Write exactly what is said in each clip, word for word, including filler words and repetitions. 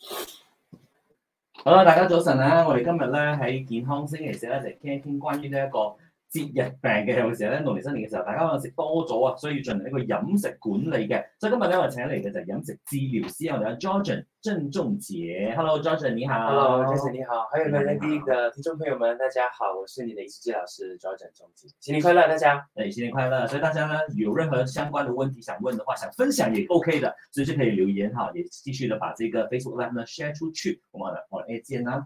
好啦，大家早晨啊！我哋今日咧喺健康星期四咧就傾一傾關於呢一個節日病嘅，有時候咧農曆新年嘅時候，大家可能食多咗啊，所以要進行一個飲食管理嘅。所以今日咧我請嚟嘅就係飲食治療師，我哋有 George 鄭仲傑。Hello，George 你好。 Hello，Jason 你好，還有 Melody 的聽眾朋友們，大家好，我是你的飲食治療師 George 鄭仲傑，新年快樂，大家。 對，新年快樂！所以大家呢有任何相關的問題想問的話，想分享也 OK 的，所以就可以留言哈，也繼續的把這個 Facebook Live 呢 share 出去。我們我哋見啦。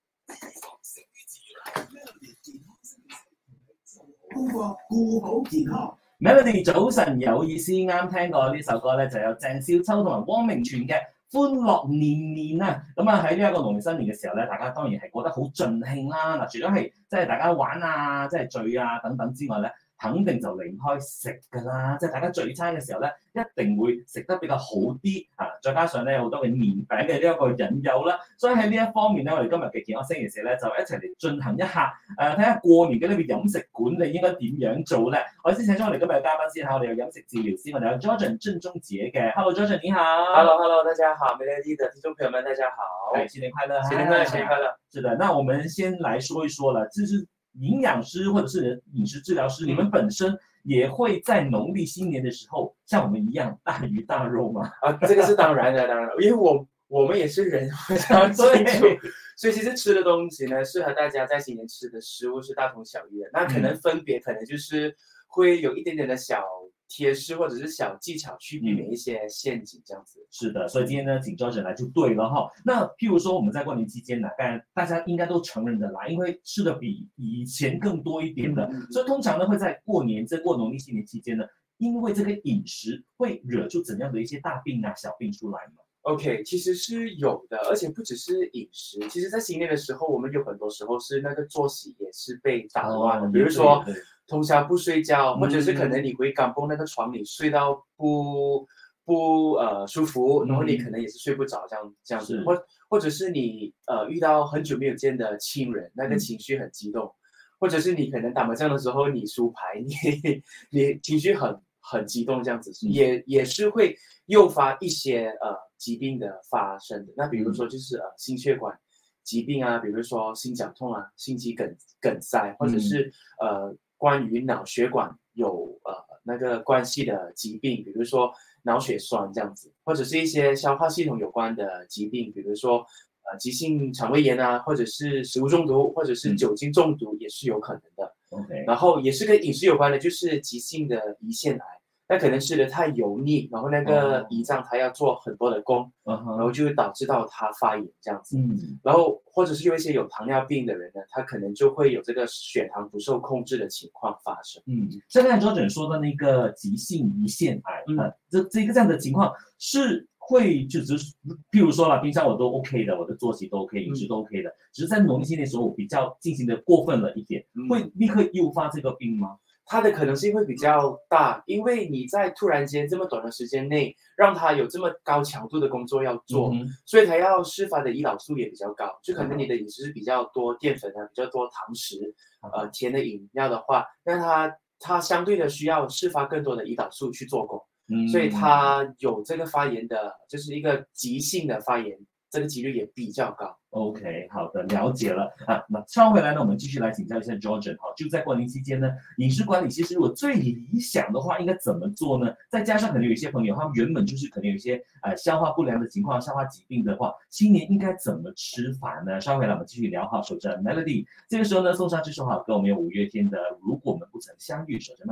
顧好健康 ，Melody 早晨有意思，啱聽過呢首歌咧，就有鄭少秋同埋汪明荃嘅《歡樂年年》啊。咁啊喺呢一個農曆新年嘅時候咧，大家當然係過得好盡興啦。嗱，除咗係即係大家玩啊、即係聚啊等等之外咧，肯定就離唔開食噶啦。即係大家聚餐嘅時候咧，一定會食得比較好啲啊。再加上咧好多嘅年餅嘅呢一個引誘啦，所以喺呢一方面咧，我哋今日嘅健康星期四咧就一齊嚟進行一下誒，睇下過年嘅呢個飲食管理應該點樣做咧。我先請咗我哋今日嘅嘉賓先嚇，我哋有飲食治療師，我哋有 George 鄭仲傑嘅。Hello，George 你好。 Hello，Hello， 大家好 ，Melody 的聽眾朋友們，大家好。 係，新年快樂！ 新年快樂，新年快樂。 是的，那我們先來說一說了，就是營養師或者是飲食治療師，嗯、你們本身也會在農曆新年的時候，像我們一樣大魚大肉嗎？ 啊，這個是當然的，當然的，因為我我們也是人，非常清楚，所以其實吃的東西呢，適合大家在新年吃的食物是大同小異的。那可能分別，可能就是會有一點點的小貼士或者是小技巧去避免一些陷阱，這樣子。 嗯、是的，所以今天呢，請 George 來就對了哈。那譬如說我們在過年期間呢，當然大家應該都承認的啦，因為吃的比以前更多一點的，嗯、所以通常呢會在過年，在過農曆新年期間呢，因為這個飲食會惹出怎樣的一些大病啊、小病出來嘛？ OK， 其實是有的，而且不只是飲食，其實在新年的時候，我們有很多時候是那個作息也是被打亂的，哦、比如說通宵不睡覺，或者是可能你會感碰那個床，你睡到不不呃舒服，然後你可能也是睡不着，這樣這樣子，或或者是你呃遇到很久沒有見的親人，那個情緒很激動，嗯、或者是你可能打麻將的時候你輸牌，你你情緒很很激動，這樣子，嗯、也也是會誘發一些呃疾病的發生的。那比如說就是呃心血管疾病啊，比如說心絞痛啊、心肌梗梗塞，或者是、嗯、呃關於腦血管有呃那個關係的疾病，比如說腦血栓這樣子，或者是一些消化系統有關的疾病，比如說呃急性腸胃炎啊，或者是食物中毒，或者是酒精中毒也是有可能的。 OK， 然後也是跟飲食有關的，就是急性的胰腺癌。那可能吃得太油膩，然後那個胰臟它要做很多的工， uh huh. 然後就會導致到它發炎這樣子。嗯、然後或者是有一些有糖尿病的人呢，他可能就會有這個血糖不受控制的情況發生。 嗯，像剛才George說的那個急性胰腺癌，嗯，這這個這樣的情況是會就只是，譬如說啦，平常我都 OK 的，我的作息都 OK，飲食都 OK 的，嗯、只是在農曆新年的時候我比較進行的過分了一點，嗯、會立刻誘發這個病嗎？ 它的可能性會比較大，因為你在突然間這麼短的時間內，讓他有這麼高強度的工作要做，嗯、所以他要釋放的胰島素也比較高。就可能你的飲食是比較多澱粉啊，比較多糖食，呃，甜的飲料的話，那它它相對的需要釋放更多的胰島素去做工，嗯、所以它有這個發炎的，就是一個急性的發炎，這個幾率也比較高。 OK， 好的，了解了啊。那稍後回來呢，我們繼續來請教一下 George 哈。就在過年期間呢，飲食管理其實如果最理想的話，應該怎麼做呢？再加上可能有一些朋友，他們原本就是可能有一些呃消化不良的情況、消化疾病的話，新年應該怎麼吃法呢？稍後回來我們繼續聊。好，守着 Melody， 這個時候呢，送上這首好歌，我們有五月天的《如果我們不曾相遇》，守着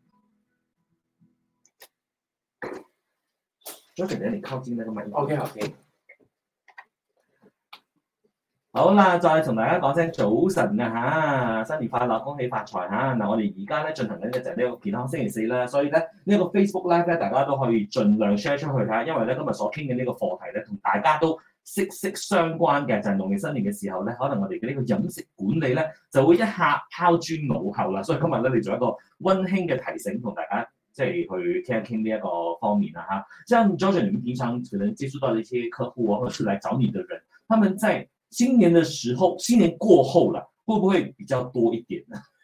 Melody。George， 等你靠近那個麥。 OK， OK。 好啦，再同大家講聲早晨啊嚇，新年快樂，恭喜發財嚇！嗱，我哋而家咧進行緊嘅就係呢個健康星期四啦，所以咧呢、這個 Facebook Live 咧，大家都可以盡量 share 出去睇下，因為咧今日所傾嘅呢個課題咧，同大家都息息相關嘅，就係、是、農曆新年嘅時候咧，可能我哋嘅呢個飲食管理咧就會一下拋諸腦後啦，所以今日咧嚟做一個溫馨嘅提醒，同大家即係去傾一傾呢一個方面啦嚇。像 George， 你們平常可能接觸到的一些客戶啊，或者是來找你的人，他們在新年的時候，新年過後了，會不會比較多一點呢？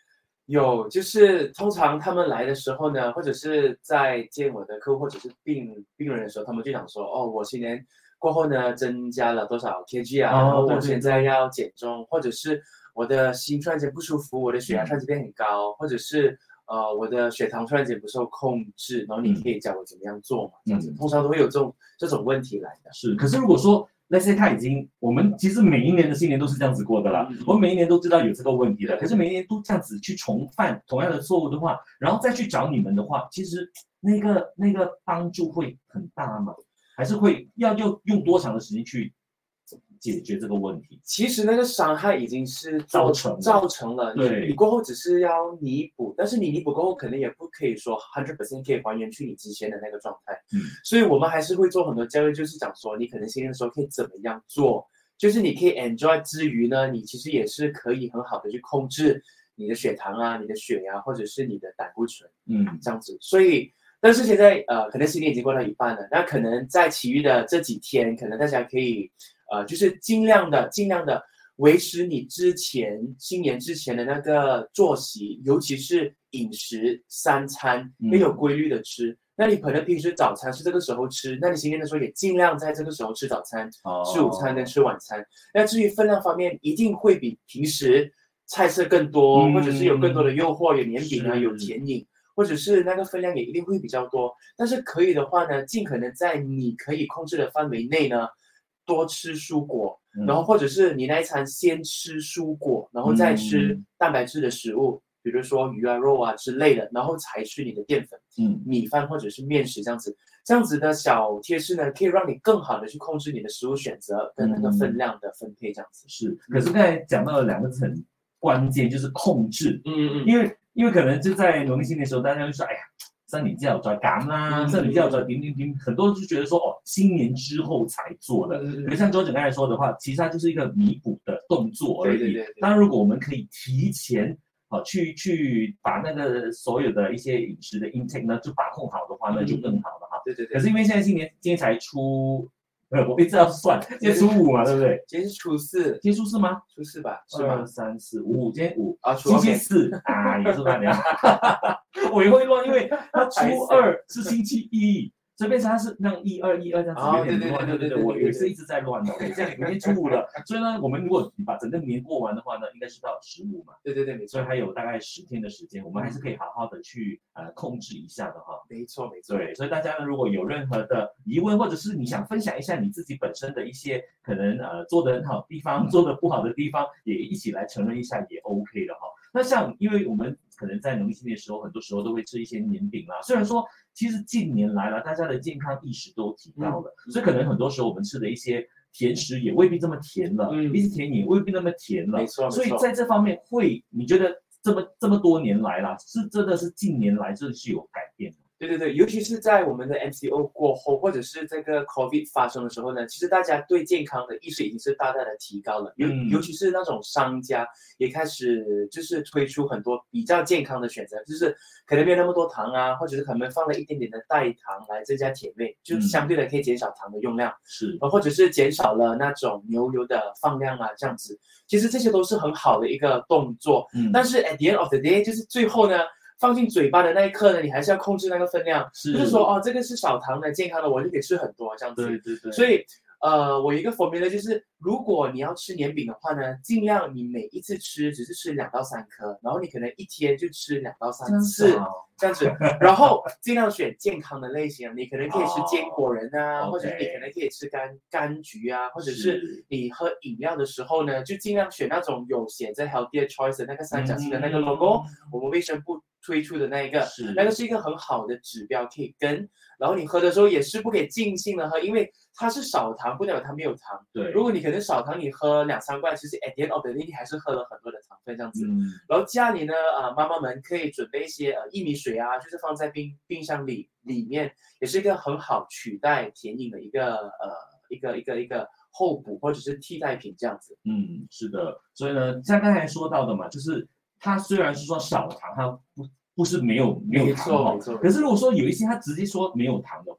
有，就是通常他们来的时候呢，或者是在见我的客户或者是病病人的时候，他们就讲说，哦，我新年过后呢增加了多少 K G 啊， 哦然后对对我现在对要减重，或者是我的心突然间不舒服，我的血压嗯突然间变很高，或者是呃我的血糖突然间不受控制，然后你嗯可以教我怎么样做嘛？这样子， 嗯通常都会有这种这种问题来的。 是，可是如果说那些他已经，我们其实每一年的新年都是这样子过的啦。 嗯嗯我们每一年都知道有这个问题的， 对可是每一年都这样子去重犯同样的错误的话，然后再去找你们的话，其实那个那个帮助会很大吗？还是会要用用多长的时间去解决这个问题？ 其实那个伤害已经是造成了造成了， 对你你过后只是要弥补，但是你弥补过后，可能也不可以说 hundred percent 可以还原去你之前的那个状态。 嗯， 所以我们还是会做很多教育，就是讲说你可能新年的时候可以怎么样做，就是你可以 enjoy 之余呢，你其实也是可以很好的去控制你的血糖啊、你的血压或者是你的胆固醇， 嗯这样子。所以，但是现在呃，可能新年已经过到一半了，那可能在其余的这几天，可能大家可以呃，就是尽量的、尽量的维持你之前新年之前的那个作息，尤其是饮食三餐要有规律的吃。嗯那你可能平时早餐是这个时候吃，那你新年的时候也尽量在这个时候吃早餐、 哦吃午餐跟吃晚餐。那至于分量方面，一定会比平时菜色更多， 嗯或者是有更多的诱惑，有年饼啊， 是有甜饮，或者是那个分量也一定会比较多。但是可以的话呢，尽可能在你可以控制的范围内呢，多吃蔬果， 嗯然后或者是你那一餐先吃蔬果，然后再吃嗯蛋白质的食物，比如说鱼啊、肉啊之类的，然后才吃你的淀粉。 嗯米饭或者是面食这样子，这样子的小贴士呢，可以让你更好的去控制你的食物选择跟那个分量的分配，这样子。 是。可是刚才讲到了两个字很关键，就是控制。 嗯嗯嗯， 因为因为可能就在农历新年的时候，大家就说，哎呀，生年之後再減啦， 嗯生年之後再點點點，很多人就覺得說，哦，新年之後才做的。 嗯嗯可是像周整剛才說的話，其實它就是一個彌補的動作而已。 對對對對當然，如果我們可以提前啊，去去把那個所有的一些飲食的 intake 呢，就把控好的話，那就更好了哈。 对对对。 可是因為現在新年今天才初，呃，我一直要算，今天初五嘛，對不對？ 今天是初四， 今天初四嗎？ 初四吧，是吧二？三四五，今天五啊，初星期 OK 四啊，也是那样。我也会乱，因为它初二是星期一，所以变成它是让一二一二这样子哦有点乱， 对对对对对对对我也是一直在乱的。OK，这样明天初五了，所以呢，我们如果把整个年过完的话呢，应该是到十五嘛， 对对对，没错， 所以还有大概十天的时间，我们还是可以好好的去呃控制一下的哈。 没错没错。 对，所以大家呢，如果有任何的疑问，或者是你想分享一下你自己本身的一些可能呃做得很好的地方，做得不好的地方，也一起来承认一下也 OK 的哈。那像因为我们可能在农历新年的时候，很多时候都会吃一些年饼啦。虽然说其实近年来了，大家的健康意识都提高了， 嗯、 所以可能很多时候我们吃的一些甜食也未必这么甜了， 嗯、 一些甜饮也未必那么甜了。 没错， 所以在这方面会，你觉得这么这么多年来啦，是真的是近年来这是有改变的。 对对对，尤其是在我们的 M C O 过后，或者是这个 COVID 发生的时候呢，其实大家对健康的意识已经是大大的提高了。尤、 嗯、 尤其是那种商家也开始就是推出很多比较健康的选择，就是可能没有那么多糖啊，或者是可能放了一点点的代糖来增加甜味，就相对的可以减少糖的用量， 是、 嗯，或者是减少了那种牛油的放量啊，这样子，其实这些都是很好的一个动作。嗯，但是 at the end of the day， 就是最后呢。放进嘴巴的那一刻呢，你还是要控制那个分量， 是就是说哦，这个是少糖的、健康的，我就可以吃很多这样子。 对对对。 所以呃，我有一个 formula 就是，如果你要吃年饼的话呢，尽量你每一次吃只是吃两到三颗，然后你可能一天就吃两到三次，这样子，然后尽量选健康的类型，你可能可以吃坚果仁啊， oh, 或者是你可能可以吃柑柑橘啊，或者是你喝饮料的时候呢，就尽量选那种有写着 healthier choice 的那个三角形的那个 logo，、嗯、我们卫生部推出的那一个，那个是一个很好的指标可以跟。然后你喝的时候也是不可以尽兴的喝，因为它是少糖，不代表它没有糖。 对， 如果你可能少糖，你喝两三罐，其实 at the end of the day 你还是喝了很多的糖分这样子。嗯、然后家里呢，呃，妈妈们可以准备一些呃薏米水啊，就是放在冰冰箱里里面，也是一个很好取代甜饮的一个呃一个一个一个候补或者是替代品这样子。 嗯，是的。所以呢，像刚才说到的嘛，就是它虽然是说少糖，它不。不是没有没有糖哈，可是如果说有一些他直接说没有糖的话，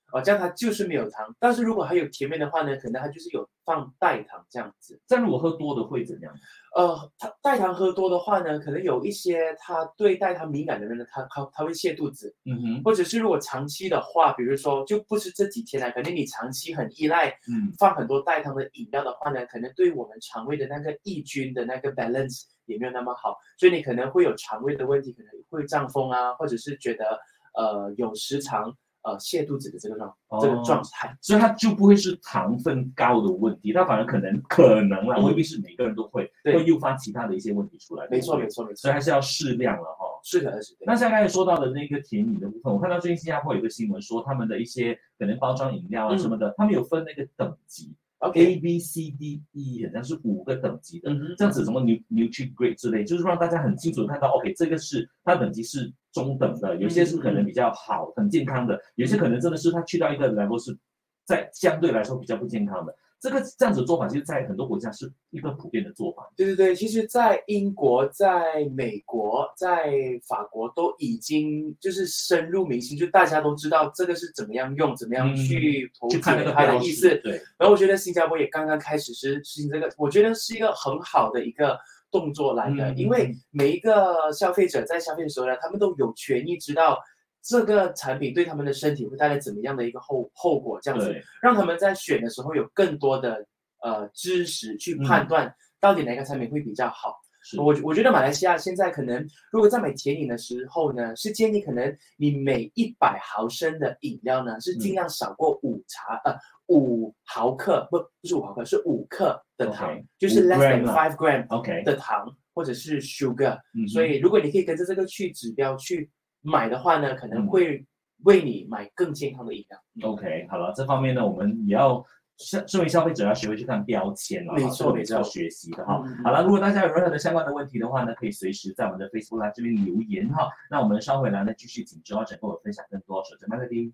哦，这样它就是没有糖。但是如果还有甜面的话呢，可能它就是有放代糖这样子。 这样如果喝多的会怎样？ 呃，它代糖喝多的话呢，可能有一些他对代糖敏感的人呢，他他他会泻肚子， 嗯哼， 或者是如果长期的话，比如说就不是这几天啊，可能你长期很依赖嗯， 放很多代糖的饮料的话呢，可能对我们肠胃的那个益菌的那个 balance 也没有那么好，所以你可能会有肠胃的问题，可能会胀风啊，或者是觉得呃有时常呃泻肚子的这个状、 哦、 这个状态， 所以它就不会是糖分高的问题，它反而可能可能啦， 嗯未必是每个人都会， 对会诱发其他的一些问题出来。 没错没错没错， 所以还是要适量了哈。 是的是的。 那像刚才说到的那个甜饮的部分，我看到最近新加坡有一个新闻说，他们的一些可能包装饮料啊什么的，嗯、他们有分那个等级。 Okay. A B C D E 好像是五个等级的， 嗯、 这样子什么 Nutri Grade 之类，就是让大家很清楚的看到 ，OK， 这个是它等级是中等的，有些是可能比较好、很健康的，有些可能真的是它去到一个 level 是在相对来说比较不健康的。这个这样子的做法，其实在很多国家是一个普遍的做法。 对对对，其实，在英国、在美国、在法国都已经就是深入民心，就大家都知道这个是怎么样用，怎么样去投解它的意思。 对。 然后我觉得新加坡也刚刚开始实实行这个，我觉得是一个很好的一个动作来的，嗯、因为每一个消费者在消费的时候呢，他们都有权益知道这个产品对他们的身体会带来怎么样的一个后后果，这样子让他们在选的时候有更多的呃知识去判断到底哪个产品会比较好。嗯、我我觉得马来西亚现在可能如果在买甜饮的时候呢，是建议可能你每一百毫升的饮料呢是尽量少过五茶、嗯、呃五毫克，不不是五毫克，是五克的糖， okay, 就是 less than five gram 的糖、 okay. 或者是 sugar、 嗯。 所以如果你可以跟着这个去指标去买的话呢，可能会为你买更健康的饮料。 OK， 好了，这方面呢，我们也要身为消费者要学会去看标签了， 没错， 没错，要学习的哈。 嗯、 好了，如果大家有任何的相关的问题的话呢，可以随时在我们的 Facebook Live 这边留言哈。那我们稍回来呢，继续请周老师跟我分享更多。守着 Melody。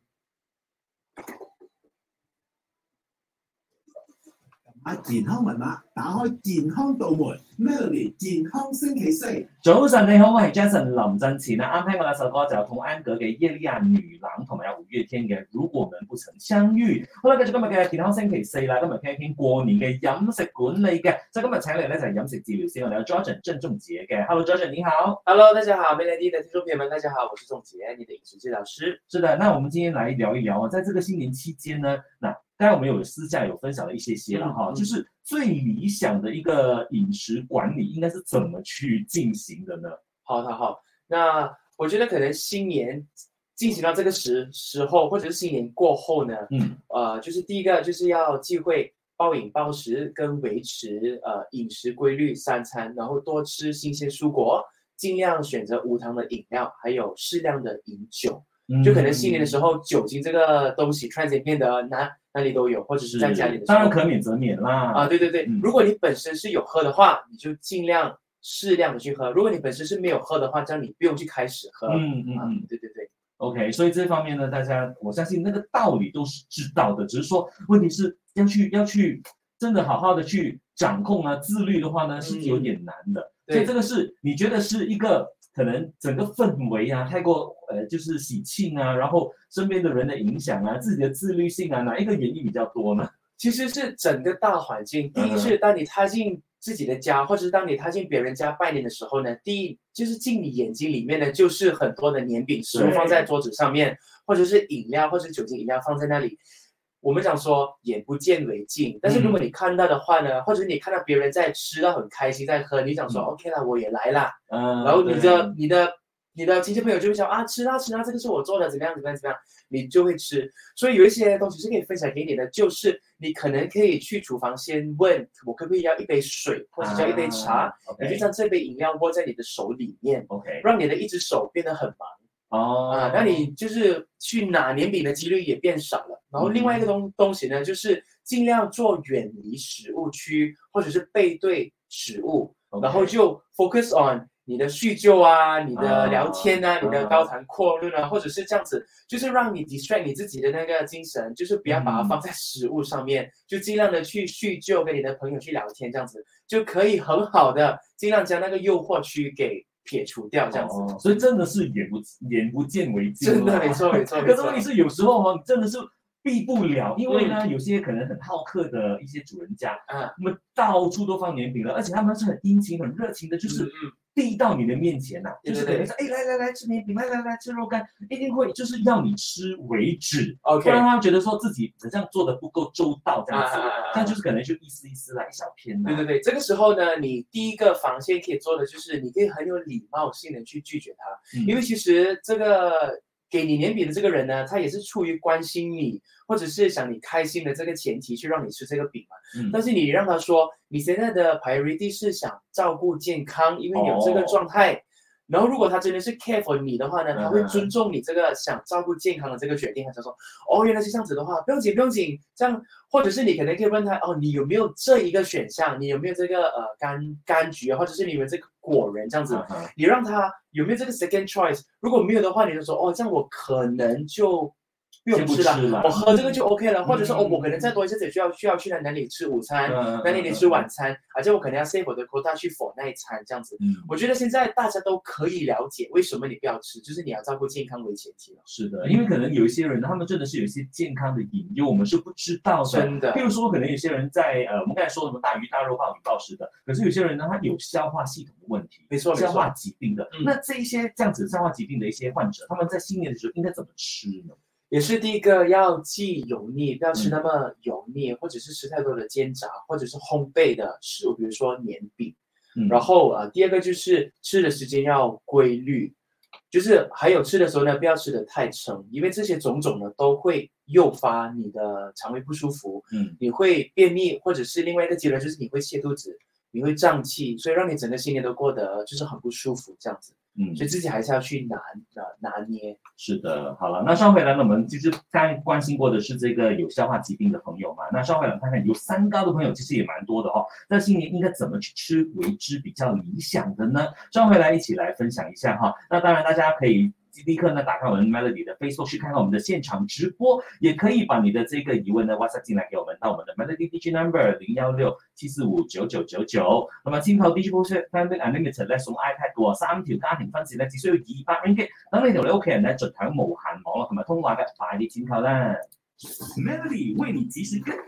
啊！健康密碼，打開健康道門 ，Melody 健康星期四。 早晨你好，我係 Jason 林振前啊！啱聽過兩首歌就有童安格嘅《耶利亞女郎》同埋有五月天嘅《如果我們不曾相遇》。好啦，繼續今日嘅健康星期四啦，今日傾一傾過年嘅飲食管理嘅。所以今日請嚟咧就係飲食治療師，我哋有 George 鄭仲傑嘅。Hello George 你好 ，Hello 大家好 ，Melody 的聽眾朋友們大家好，我是仲傑，你的飲食治療師。 是的，那我們今天來聊一聊啊，在這個新年期間呢，那剛才我們有私下有分享了一些些了哈、嗯，就是最理想的一個飲食管理應該是怎麼去進行的呢？ 好，好，好。那我覺得可能新年進行到這個時時候，或者是新年過後呢， 嗯， 呃，就是第一個就是要忌諱暴飲暴食，跟維持呃飲食規律三餐，然後多吃新鮮蔬果，盡量選擇無糖的飲料，還有適量的飲酒。就可能新年的時候，酒精這個東西突然間變得哪哪裡都有，或者是在家裡的時候， 當然可免則免啦。 啊，對對對、嗯，如果你本身是有喝的話，你就盡量適量的去喝；如果你本身是沒有喝的話，這樣你不用去開始喝。 嗯嗯嗯、啊， 對對對。 OK， 所以這方面呢，大家我相信那個道理都是知道的，只是說問題是要去要去真的好好的去掌控啊，自律的話呢是有點難的。嗯、所以這個是你覺得是一個。可能整個氛圍啊，太過呃，就是喜慶啊，然後身邊的人的影響啊，自己的自律性啊，哪一個原因比較多呢？ 其實是整個大環境。第一是當你踏進自己的家，或者是當你踏進別人家拜年的時候呢，第一就是進你眼睛裡面呢，就是很多的年餅食物放在桌子上面，或者是飲料或者是酒精飲料放在那裡。我們講說眼不見為淨，但是如果你看到的話呢，嗯、或者你看到別人在吃到很開心在喝，你講說、嗯、OK 啦，我也來啦， 嗯， 然後你的你的你的親戚朋友就會想啊，吃啊吃啊，這個是我做的，怎麼樣怎麼樣怎麼樣，你就會吃。所以有一些東西是可以分享給你的，就是你可能可以去廚房先問我可不可以要一杯水，或者要一杯茶，啊 okay、你就將這杯飲料握在你的手裡面 ，OK， 讓你的一隻手變得很忙。 哦， 啊，那你就是去拿年餅的幾率也變少了。然後另外一個東東西呢，就是盡量做遠離食物區，或者是背對食物， okay. 然後就 focus on 你的敘舊啊，你的聊天啊，啊你的高談闊論啊，啊，或者是這樣子，就是讓你 distract 你自己的那個精神，就是不要把它放在食物上面，嗯、就盡量的去敘舊，跟你的朋友去聊天，這樣子就可以很好的盡量將那個誘惑區給撇除掉，這樣子、 哦，所以真的是眼不眼不見為淨， 真的沒錯沒錯。 可是問題是有時候哈，真的是避不了，因为呢，嗯、有些可能很好客的一些主人家， 啊， 那么到处都放年饼了，而且他们是很殷勤、很热情的，就是递到你的面前呐、啊，嗯、就是可能说，哎，来来来吃年饼，来来来吃肉干，一定会就是要你吃为止 ，OK， 不然他觉得说自己好像做的不够周到这样子， 啊啊啊啊这样就是可能就一丝一丝来一小片、啊。 对对对，这个时候呢，你第一个防线可以做的就是你可以很有礼貌性的去拒绝他，嗯、因为其实这个。给你年饼的这个人呢，他也是出于关心你，或者是想你开心的这个前提去让你吃这个饼嘛。嗯、但是你让他说你现在的 priority 是想照顾健康，因为你有这个状态。哦、然后如果他真的是 care for 你的话呢，他会尊重你这个想照顾健康的这个决定。他就说哦，原来是这样子的话，不用紧不用紧，这样或者是你可能可以问他哦，你有没有这一个选项？你有没有这个呃柑柑橘啊，或者是你有没有这个果仁这样子？嗯、你让他。有没有这个 second choice？ 如果没有的话，你就说哦，这样我可能就不用吃 了, 吃了我喝这个就 OK 了，嗯、或者说哦，我可能再多一阵子需要需要去哪里吃午餐，嗯、哪里吃晚餐，而且、嗯、我可能要 save 我的 quota 去 for 那一餐这样子。嗯、我觉得现在大家都可以了解为什么你不要吃，就是你要照顾健康为前提了。 是的，因为可能有一些人他们真的是有一些健康的隐忧，我们是不知道的。 真的， 譬如说可能有些人在呃，我们刚才说什么大鱼大肉暴饮暴食的，可是有些人呢，他有消化系统的问题， 没错， 消化疾病的。嗯、那这一些这样子消化疾病的一些患者，他们在新年的时候应该怎么吃呢？ 也是第一个要忌油腻，不要吃那么油腻，嗯、或者是吃太多的煎炸或者是烘焙的食物，比如说年饼。嗯、然后呃，第二个就是吃的时间要规律，就是还有吃的时候呢，不要吃得太撑，因为这些种种呢都会诱发你的肠胃不舒服，嗯，你会便秘，或者是另外一个阶段就是你会泻肚子，你会胀气，所以让你整个新年都过得就是很不舒服这样子。嗯，所以自己还是要去拿拿拿捏。 是的，好了，那上回来呢，我们就是刚关心过的是这个有消化疾病的朋友嘛。那上回来看看有三高的朋友其实也蛮多的哦。那新年应该怎么去吃为之比较理想的呢？上回来一起来分享一下哈。那当然大家可以立刻呢打开我们 Melody 的 Facebook 去看看我们的现场直播，也可以把你的这个疑问呢 WhatsApp 进来给我们，到我们的 Melody D J Number 零一六七四五九九九九。那麼簽購 Digital Family Unlimited 咧送 iPad 嘅三條家庭分線咧只需要二百 ringgit， 等你同你屋企人咧盡享無限網絡同埋通話嘅，快啲簽購啦 ！Melody 為你及時跟。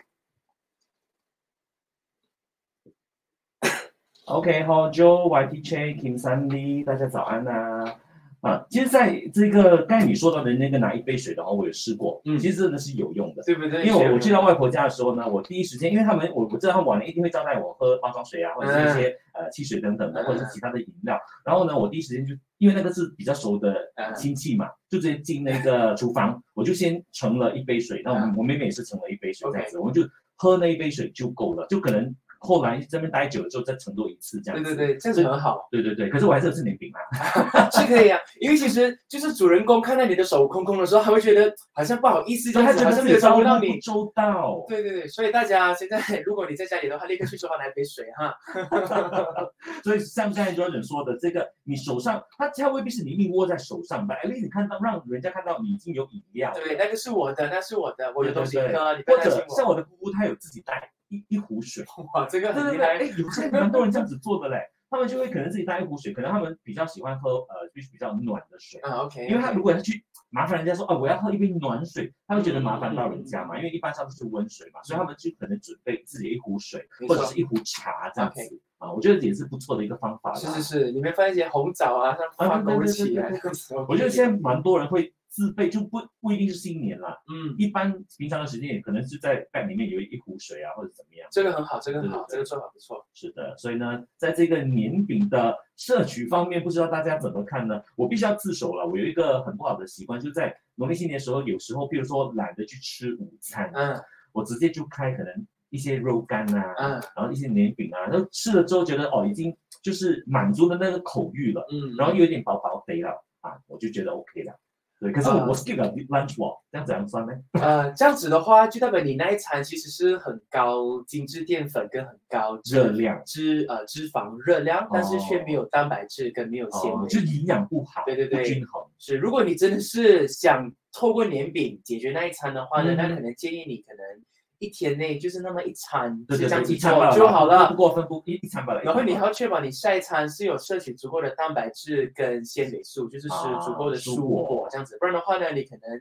OK， 好 ，Joe、Y T J、Kim Sandy， 大家早安啊！啊，其实在这个刚才你说到的那个拿一杯水的话，我有试过，嗯，其实真的是有用的， 对不对？ 因为我我去到外婆家的时候呢，我第一时间，因为他们我我知道他们晚年一定会招待我喝包装水啊，或者是一些、嗯、呃汽水等等的，或者是其他的饮料，然后呢，我第一时间就因为那个是比较熟的亲戚嘛，就直接进那个厨房，我就先盛了一杯水，那我我妹妹也是盛了一杯水这样子， okay. 我们就喝那一杯水就够了，就可能。后来这边待久了之后再盛多一次这样子， 对对对，这样子很好。 对对对，可是我还是有吃年饼啊， 是可以啊，因为其实就是主人公看到你的手空空的时候，还会觉得好像不好意思， 他觉得好像没有照顾到你周到。 对对对，所以大家现在如果你在家里的话，立刻去厨房拿一杯水哈。 所以像刚才 Jordan 说的，这个你手上，它它未必是你一握在手上，但哎，你看到让人家看到你已经有饮料。 对，那个是我的，那是我的，我有东西喝，你不或者像我的姑姑，她有自己带。一一壶水， 哇，这个很厉害！ 哎，有些蛮多人这样子做的嘞，他们就会可能自己带一壶水，可能他们比较喜欢喝呃，就是比较暖的水啊 ，OK， 因为他如果要去麻烦人家说哦，我要喝一杯暖水，他会觉得麻烦到人家嘛，嗯、因为一般上都是温水嘛，所以他们就可能准备自己一壶水或者是一壶茶这样子。Okay. 啊，我觉得也是不错的一个方法啦。 是是是，里面放一些红枣啊，像放枸杞啊。 我觉得现在蛮多人会自备，就不不一定是新年啦，嗯，一般平常的时间也可能是在袋里面有一壶水啊，或者怎么样。 这个很好，这个很好，这个做法不错。 是的，所以呢，在这个年饼的摄取方面，不知道大家怎么看呢？我必须要自首了，我有一个很不好的习惯，就是在农历新年的时候，有时候，譬如说懒得去吃午餐，嗯，我直接就开可能。一些肉干啊，嗯，然后一些年饼啊，然后吃了之后觉得哦，已经就是满足了那个口欲了，嗯，然后又有点饱饱肥了啊，我就觉得 OK 了。对，可是我、呃、我 skip 了 lunch walk， 这样怎样算呢？ 呃，这样子的话，就代表你那一餐其实是很高精致淀粉跟很高热量、 脂呃脂肪热量，哦、但是却没有蛋白质跟没有纤维，哦、 就营养不好， 对对对， 不均衡。 是，如果你真的是想透过年饼解决那一餐的话呢，嗯、那可能建议你可能。一天内就是那么一餐， 对对对， 一餐就好了， 不过分不一一餐吧。 然后你还要确保你下一餐是有摄取足够的蛋白质跟纤维素，就是吃足够的蔬果这样子，不然的话呢，你可能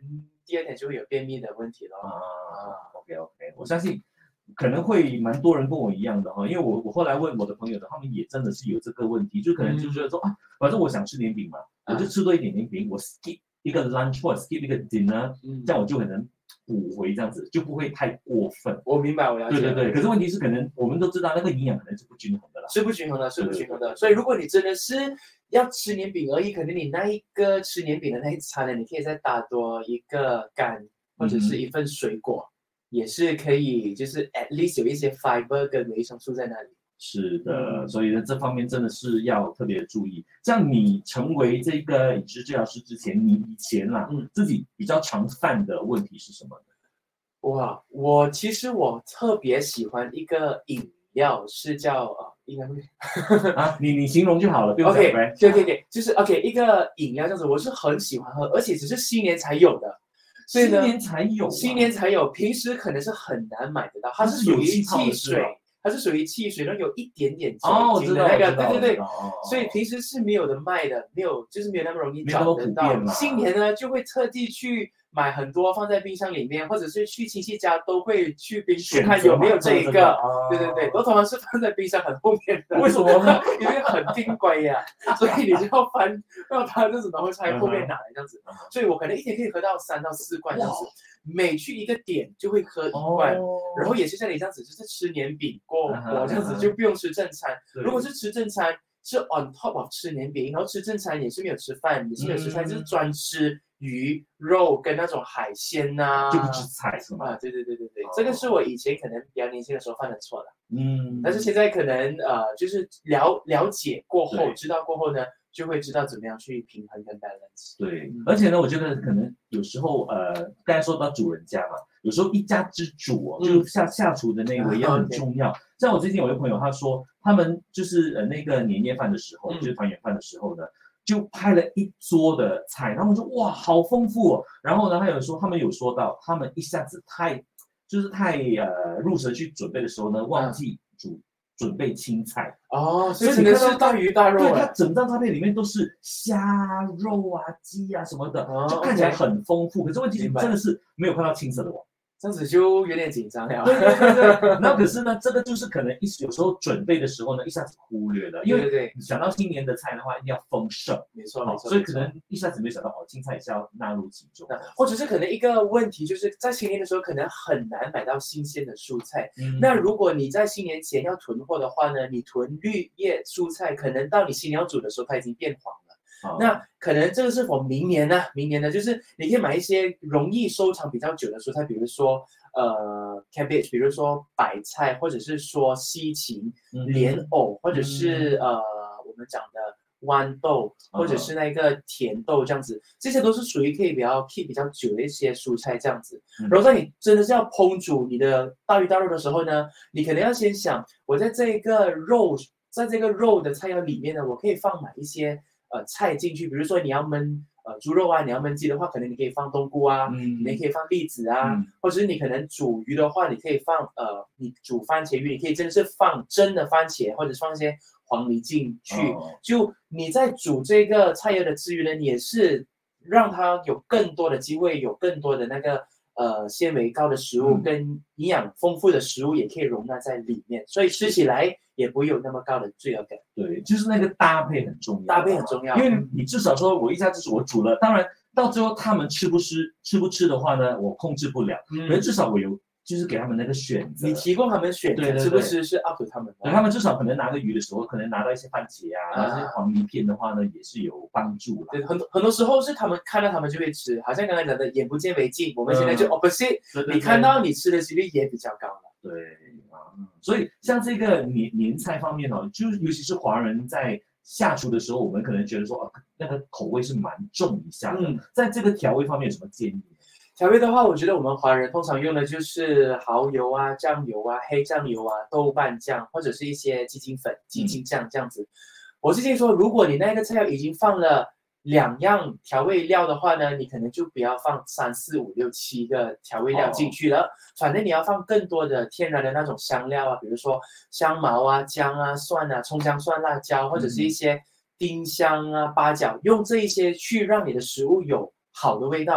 第二天就会有便秘的问题了。 啊 ，OK OK，我相信可能会蛮多人跟我一样的哈，因为我我后来问我的朋友的，他们也真的是有这个问题，就可能就觉得说、嗯、啊，反正我想吃年饼嘛，我就吃多一点年饼，我 skip 一个 lunch 或者 skip 一个 dinner，、嗯、这样我就可能补回这样子，就不会太过分。 我明白，我了解。 对对对，可是问题是可能我们都知道那个营养可能是不均衡的啦， 是不均衡的，是不均衡的。所以如果你真的是要吃年饼而已，可能你那一个吃年饼的那一餐呢，你可以再搭多一个干或者是一份水果。嗯，也是可以，就是 at least 有一些 fiber 跟维生素在那里。 是的，嗯、所以呢，这方面真的是要特别注意。像你成为这个饮食治疗师之前，你以前啦，嗯，自己比较常犯的问题是什么呢？ 哇，我其实我特别喜欢一个饮料，是叫呃，应该会啊，你你形容就好了，不用讲 OK， 对对对，就是 OK 一个饮料这样子，我是很喜欢喝，而且只是新年才有的。所以呢， 新年才有、啊， 新年才有，平时可能是很难买得到。它是属于汽水，它是属于汽水，然后有一点点酒精的那个，哦、对对对、哦，所以平时是没有的卖的，没有，就是没有那么容易找得到。新年呢，就会特地去买很多放在冰箱里面，或者是去亲戚家都会去冰箱看有没有这一个。这个对对对，我通常是放在冰箱很后面的。 为什么呢？ 因为很珍贵呀，所以你就要翻到它这种，然后才后面拿来这样子。所以我可能一天可以喝到三到四罐这样子，每去一个点就会喝一罐，哦、然后也是像你这样子，就是吃年饼过过这样子，就不用吃正餐。如果是吃正餐，是 on top of 吃年饼，然后吃正餐也是没有吃饭，也是没有吃菜，嗯、就是专吃鱼肉跟那种海鲜呐、啊， 就不吃菜是吗？ 啊，对对对对对，哦、这个是我以前可能比较年轻的时候犯的错了。 嗯， 但是现在可能呃，就是了了解过后，知道过后呢，就会知道怎么样去平衡跟 balance。 对，而且呢，我觉得可能有时候呃，刚才说到主人家嘛，有时候一家之主哦，嗯、就下下厨的那一位也很重要。嗯、像我最近有一个朋友，他说他们就是呃那个年夜饭的时候，嗯、就是团圆饭的时候呢。就拍了一桌的菜，然后我说哇，好丰富哦。然后呢，他有说他们有说到，他们一下子太就是太呃入神去准备的时候呢，忘记煮、嗯、准备青菜哦，所以你看到大鱼大肉， 对，它整张照片里面都是虾肉啊、鸡啊什么的，哦、就看起来很丰富。可是问题是真的是没有看到青色的网。 这样子就有点紧张了。 对对对对，那可是呢，这个就是可能一有时候准备的时候呢，一下子忽略了，因为对想到新年的菜的话，一定要丰盛， 没错没错， 所以可能一下子没有想到哦，青菜也是要纳入其中。 或者是可能一个问题就是在新年的时候，可能很难买到新鲜的蔬菜。嗯、那如果你在新年前要囤货的话呢，你囤绿叶蔬菜，可能到你新年要煮的时候，它已经变黄了。哦、那可能这个是我明年呢，明年呢，就是你可以买一些容易收藏比较久的蔬菜，比如说呃 cabbage， 比如说白菜，或者是说西芹、嗯、莲藕，或者是、嗯、呃我们讲的豌豆，或者是那个甜豆这样子，这些都是属于可以比较 keep 比较久的一些蔬菜这样子。嗯、然后在你真的是要烹煮你的大鱼大肉的时候呢，你可能要先想，我在这个肉，在这个肉的菜肴里面呢，我可以放哪一些。呃，菜进去，比如说你要焖呃猪肉啊，你要焖鸡的话，可能你可以放冬菇啊，嗯、你可以放栗子啊，嗯、或者是你可能煮鱼的话，你可以放呃，你煮番茄鱼，你可以真的是放真的番茄，或者是放一些黄梨进去。哦、就你在煮这个菜肴的之余呢，你也是让它有更多的机会，有更多的那个呃纤维高的食物、嗯、跟营养丰富的食物也可以容纳在里面，所以吃起来也不会有那么高的罪恶感。 对，就是那个搭配很重要， 搭配很重要， 因为你至少说我一下就是我煮了，当然到最后他们吃不吃吃不吃的话呢，我控制不了，嗯、可是至少我有就是给他们那个选择， 你提供他们选择，对对对，吃不吃是 up to 他们的。 对，他们至少可能拿个鱼的时候，可能拿到一些番茄啊，然后这些黄梨片的话呢，也是有帮助啦。 对，很多很多时候是他们看到他们就会吃，好像刚才讲的眼不见为净，我们现在就 opposite，、嗯、你看到你吃的几率也比较高了。 对啊，所以像这个年年菜方面哦，就是尤其是华人在下厨的时候，我们可能觉得说，哦，那个口味是蛮重一下的。嗯，在这个调味方面有什么建议？ 调味的话，我觉得我们华人通常用的就是蚝油啊、酱油啊、黑酱油啊、豆瓣酱，或者是一些鸡精粉、鸡精酱这样子。嗯、我是建议说，如果你那个菜肴已经放了两样调味料的话呢，你可能就不要放三四五六七个调味料进去了。哦、反正你要放更多的天然的那种香料啊，比如说香茅啊、姜啊、蒜啊、葱姜蒜、辣椒，或者是一些丁香啊、八角，用这一些去让你的食物有好的味道。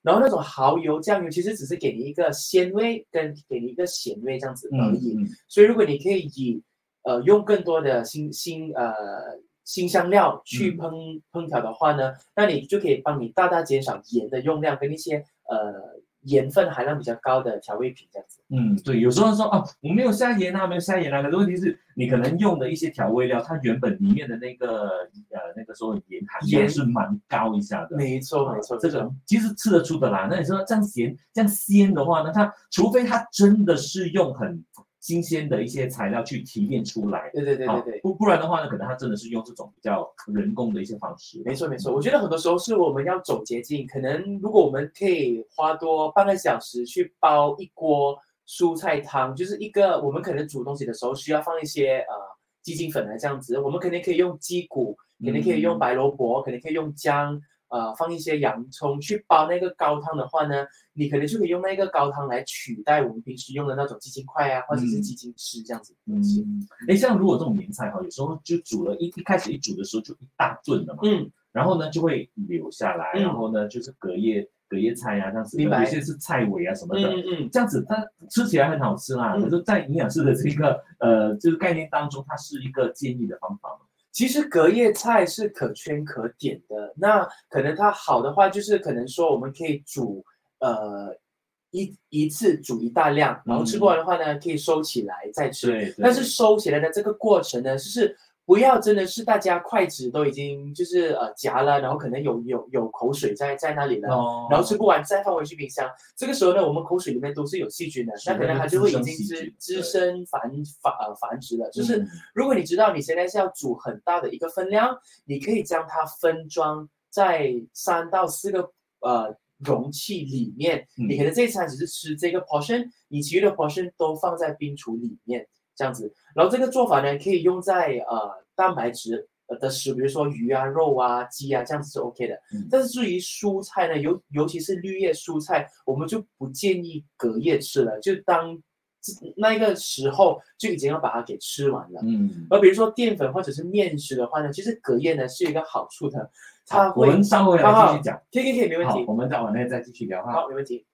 然后那种蚝油、酱油其实只是给你一个鲜味跟给你一个咸味这样子而已。 嗯嗯、 所以如果你可以以呃用更多的新新呃新香料去烹、嗯、烹调的话呢，那你就可以帮你大大减少盐的用量跟一些呃盐分含量比较高的调味品这样子。 嗯，对，有时候说哦，我没有下盐啊，没有下盐啊，可是问题是你可能用的一些调味料，它原本里面的那个呃那个说盐含量是蛮高一下的。 没错没错， 这个其实吃得出的啦。那你说这样咸这样鲜的话呢，它除非它真的是用很新鲜的一些材料去提炼出来， 对对对对对， 不不然的话呢，可能它真的是用这种比较人工的一些方式。 没错没错，我觉得很多时候是我们要走捷径，可能如果我们可以花多半个小时去煲一锅蔬菜汤，就是一个我们可能煮东西的时候需要放一些呃鸡精粉来这样子，我们肯定可以用鸡骨，肯定可以用白萝卜，肯定可以用姜。呃，放一些洋葱去煲那个高汤的话呢，你可能就可以用那个高汤来取代我们平时用的那种鸡精块啊，或者是鸡精汁这样子。 嗯，哎，像如果这种年菜哈，有时候就煮了一一开始一煮的时候就一大顿了嘛， 嗯， 然后呢就会留下来，嗯、然后呢就是隔夜隔夜菜啊这样子，有些是菜尾啊什么的， 嗯嗯， 这样子它吃起来很好吃啦，嗯、可是，在营养师的这个呃就是概念当中，它是一个建议的方法嘛。 其实隔夜菜是可圈可点的，那可能它好的话，就是可能说我们可以煮，呃，一一次煮一大量，然后吃不完的话呢，可以收起来再吃。 对。 但是收起来的这个过程呢，就是不要真的是大家筷子都已经就是呃夹了，然后可能有有有口水在在那里了，哦、然后吃不完再放回去冰箱。这个时候呢，我们口水里面都是有细菌的，那可能它就会已经滋滋生繁繁呃繁殖了。就是、嗯、如果你知道你现在是要煮很大的一个分量，你可以将它分装在三到四个呃容器里面，嗯、你可能这一餐只是吃这个 portion， 你其余的 portion 都放在冰橱里面。这样子，然后这个做法呢，可以用在呃蛋白质的食，比如说鱼啊、肉啊、鸡啊，这样子是 OK 的。嗯、但是至于蔬菜呢，尤尤其是绿叶蔬菜，我们就不建议隔夜吃了，就当那个时候就已经要把它给吃完了。嗯，而比如说淀粉或者是面食的话呢，其实隔夜呢是有一个好处的，它会。 我们稍微来继续讲， 可以可以可以，没问题。 我们再往内再繼續聊哈。 好，沒問題。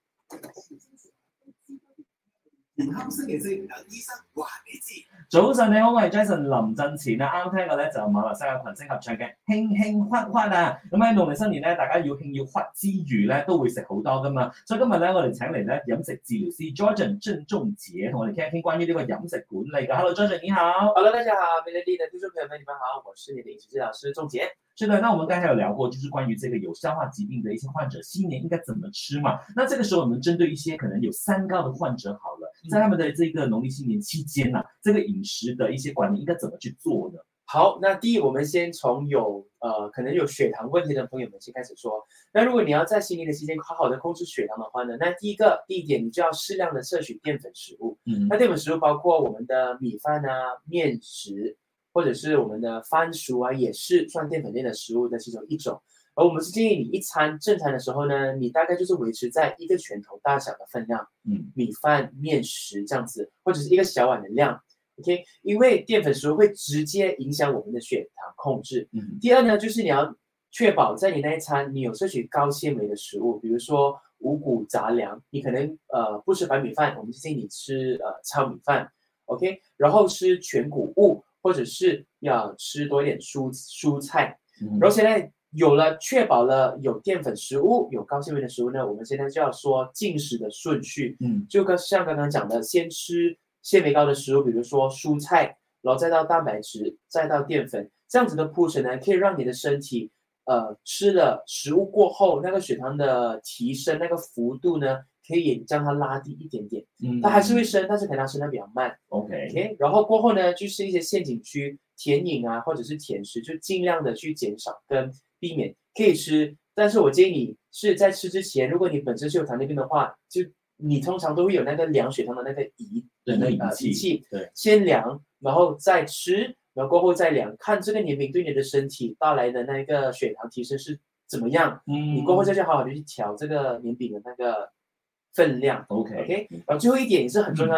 健康星期四有醫生話你知。 早晨你好，我係 Jason 林振前啊，啱聽過咧就馬來西亞群星合唱嘅輕輕忽忽啊，咁喺農曆新年咧，大家要興要忽之餘咧，都會食好多噶嘛，所以今日咧我哋請嚟咧飲食治療師 Georgian 鄭仲傑同我哋傾一傾關於呢個飲食管理嘅。Hello Georgian 你好。 Hello 大家好 ，Melody 的聽眾朋友們你們好，我是你的飲食治療師仲傑。 是的，那我們剛才有聊過，就是關於這個有消化疾病的一些患者，新年應該怎麼吃嘛？那這個時候我們針對一些可能有三高的患者好了，在他們的這個農曆新年期間呢、啊，這個飲食的一些管理應該怎麼去做呢？ 好，那第一，我們先從有呃可能有血糖問題的朋友們先開始說。那如果你要在新年的期間好好的控制血糖的話呢，那第一個第一點，你就要適量的攝取澱粉食物。嗯，那澱粉食物包括我們的米飯啊、麵食。或者是我們的番薯啊，也是算澱粉類的食物的其中一種。而我們是建議你一餐正餐的時候呢，你大概就是維持在一個拳頭大小的分量，嗯，米飯、麵食這樣子，或者是一個小碗的量 ，OK？ 因為澱粉食物會直接影響我們的血糖控制。嗯，第二呢，就是你要確保在你那一餐你有攝取高纖維的食物，比如說五穀雜糧，你可能呃不吃白米飯，我們建議你吃呃糙米飯 ，OK？ 然後吃全穀物。或者是要吃多一點蔬蔬菜，嗯、然後現在有了確保了有澱粉食物、有高纖維的食物呢，我們現在就要說進食的順序，嗯，就跟像剛剛講的，先吃纖維高的食物，比如說蔬菜，然後再到蛋白質，再到澱粉，這樣子的鋪陳呢，可以讓你的身體，呃，吃了食物過後，那個血糖的提升那個幅度呢，可以將它拉低一點點，嗯，它還是會升，但是可能它升得比較慢 ，OK， OK， 然後過後呢，就是一些陷阱區，甜飲啊，或者是甜食，就盡量的去減少跟避免，可以吃，但是我建議你是在吃之前，如果你本身是有糖尿病的話，就你通常都會有那個量血糖的那個儀， 對，那個儀器，儀器， 對， 先量，然後再吃，然後過後再量，看這個年餅對你的身體帶來的那個血糖提升是怎麼樣，嗯，你過後再去好好的去調這個年餅的那個分量 ，OK OK，然後最後一點也是很重要的，嗯、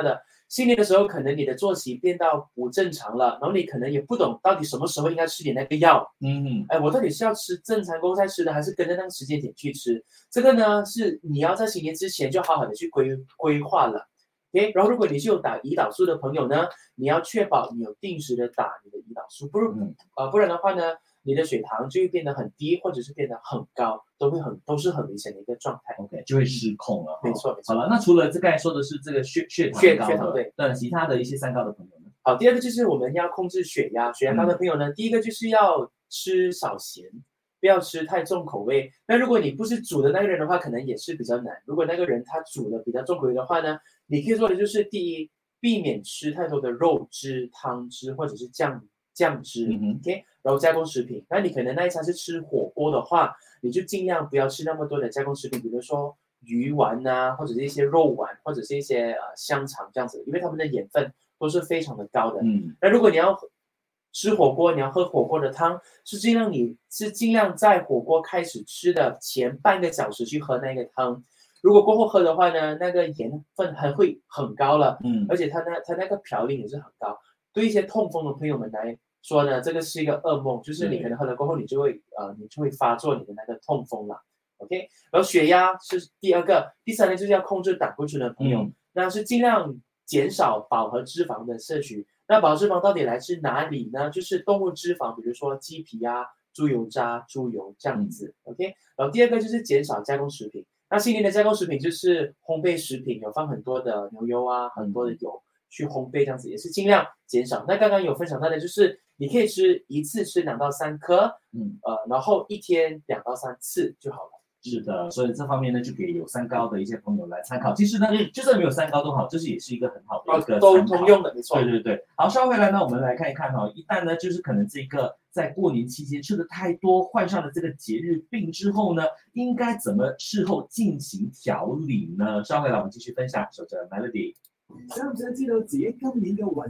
新年的时候，可能你的作息变到不正常了，然后你可能也不懂到底什么时候应该吃点那个药。 嗯， 哎，我到底是要吃正餐过后再吃的，还是跟着那个时间点去吃？这个呢，是你要在新年之前就好好的去规规划了。OK， 然后如果你是有打胰岛素的朋友呢，你要确保你有定时的打你的胰岛素，不然、嗯、呃不然的话呢，你的血糖就会变得很低，或者是变得很高，都会很都是很危险的一个状态。 OK， 就会失控了。 没错，没错。 好了，那除了这刚才说的是这个血血糖血高血糖对， 那其他的一些三高的朋友呢？ 好，第二个就是我们要控制血压，血压高的朋友呢，嗯、第一个就是要吃少咸。不要吃太重口味。那如果你不是煮的那个人的话，可能也是比较难。如果那个人他煮的比较重口味的话呢，你可以做的就是第一，避免吃太多的肉汁、汤汁或者是酱酱汁、嗯、，OK， 然后加工食品。那你可能那一餐是吃火锅的话，你就尽量不要吃那么多的加工食品，比如说鱼丸啊，或者是一些肉丸，或者是一些呃香肠这样子，因为它们的盐分都是非常的高的。嗯，那如果你要吃火锅，你要喝火锅的汤，是尽量你是尽量在火锅开始吃的前半个小时去喝那个汤。如果过后喝的话呢，那个盐分还会很高了，嗯，而且它那它那个嘌呤也是很高。对一些痛风的朋友们来说呢，这个是一个噩梦，就是你可能喝了过后，你就会呃你就会发作你的那个痛风了。OK， 然后血压是第二个，第三呢就是要控制胆固醇的朋友，嗯、那是尽量减少饱和脂肪的摄取。那饱和脂肪到底来自哪里呢？就是动物脂肪，比如说鸡皮啊、猪油渣、猪油这样子。嗯、OK， 然后第二个就是减少加工食品。那新年的加工食品就是烘焙食品，有放很多的牛油啊，很多的油去烘焙，这样子也是尽量减少。那刚刚有分享到的就是你可以吃一次吃两到三颗，嗯呃，然后一天两到三次就好了。 是的，所以这方面呢，就给有三高的一些朋友来参考。其实呢，嗯、就算没有三高都好，这是也是一个很好的一个参考、 哦、都通用的，没错。 对对对。好，稍后回来呢，我们来看一看哈、哦，一旦呢，就是可能这个在过年期间吃的太多，患上了这个节日病之后呢，应该怎么事後進行調理呢？稍後回來我們繼續分享。守着 Melody。 想唔想知道自己今年嘅運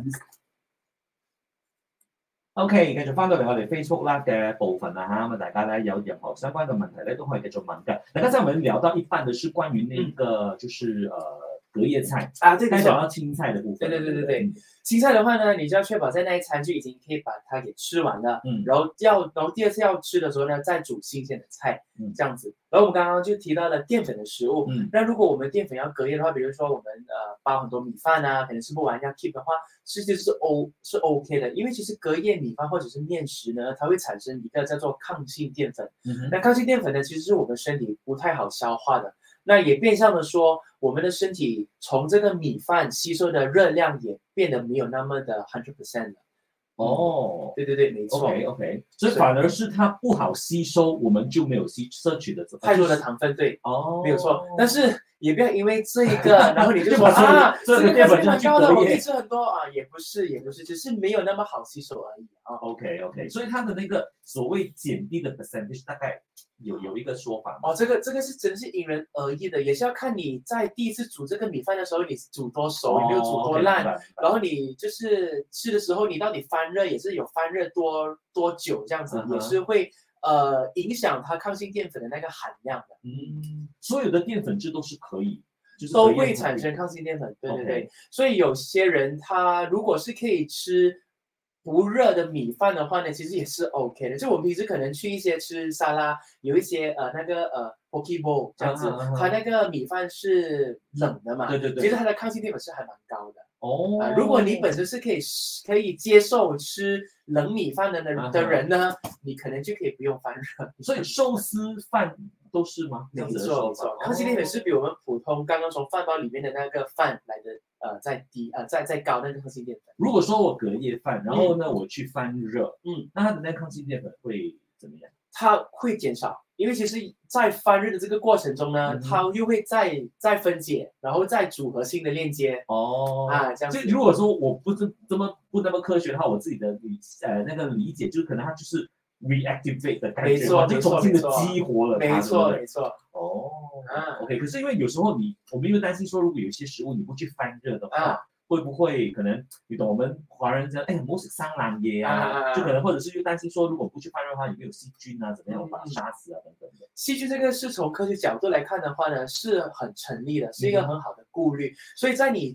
？OK， 繼續翻到嚟我哋 Facebook Live 嘅部分啦嚇，咁啊大家咧有任何相關嘅問題咧都可以繼續問嘅。那剛才我們聊到一半的是關於那個就是呃隔夜菜啊，對，剛才講到青菜的部分。 對對對對對，青菜的話呢，你就要確保在那一餐就已經可以把它給吃完了，嗯，然後要然後第二次要吃的時候呢，再煮新鮮的菜，嗯，這樣子。然後我們剛剛就提到了澱粉的食物，嗯，那如果我們澱粉要隔夜的話，比如說我們呃包很多米飯啊，可能吃不完要 keep 的話，其實是 O 是 OK 的，因為其實隔夜米飯或者是麵食呢，它會產生一個叫做抗性澱粉，嗯，那抗性澱粉呢，其實是我們身體不太好消化的。那也變相的說，我們的身體從這個米飯吸收的熱量也變得沒有那麼的 hundred percent 了。 哦， 對對對，沒錯。 OK OK， 所以反而是它不好吸收，我們就沒有吸攝取的太多的糖分，對， 哦， 沒有錯。但是也不要因為這個，然後你就說啊，這個澱粉蠻高的，我可以吃很多啊，也不是，也不是，只是沒有那麼好吸收而已啊。 OK OK， 所以它的那個所謂減低的 percentage 大概有有一個說法嗎？ 哦，這個這個是真是因人而異的，也是要看你在第一次煮這個米飯的時候，你煮多熟，你沒有煮多爛，哦 okay，然後你就是吃的時候，你到底翻熱也是有翻熱多多久，這樣子、uh-huh. 也是會呃影響它抗性澱粉的那個含量的。 嗯，所有的澱粉質都是可以，就是、 都會產生抗性澱粉，對對對。Okay. 所以有些人他如果是可以吃不熱的米飯的話呢，其實也是 OK 的。就我們平時可能去一些吃沙拉，有一些呃那個呃 poke bowl 這樣子，它、uh-huh. 那個米飯是冷的嘛， 對對對， 其實它的抗性澱粉是還蠻高的。 哦、 呃，如果你本身是可以可以接受吃冷米飯的人、uh-huh. 的人呢，你可能就可以不用翻熱。 所以壽司飯都是嗎？ 沒錯沒錯，抗性澱粉是比我們普通剛剛從飯包裡面的那個飯來的呃再低呃再再高那個抗性澱粉。 如果說我隔夜飯，然後呢、嗯、我去翻熱，嗯，那它的那個抗性澱粉會怎麼樣？ 它會減少，因為其實在翻熱的這個過程中呢，嗯、它又會再再分解，然後再組合新的鏈接。哦，啊，這樣子。 就如果說我不是這麼不那麼科學的話，我自己的理呃那個理解就是可能它就是 reactivate 的感覺， 沒錯， 就重新的激活了它。 沒錯，沒錯。 哦，啊 ，OK。可是因為有時候你，我們又擔心說，如果有一些食物你不去翻熱的話。啊，會不會可能你懂我們華人講，哎，唔好食生冷嘢啊，就可能或者是又擔心說，如果不去翻熱的話，有沒有細菌啊？怎麼樣把它殺死啊？等等的。 細菌這個是從科學角度來看的話呢，是很成立的，是一個很好的顧慮。嗯、所以在你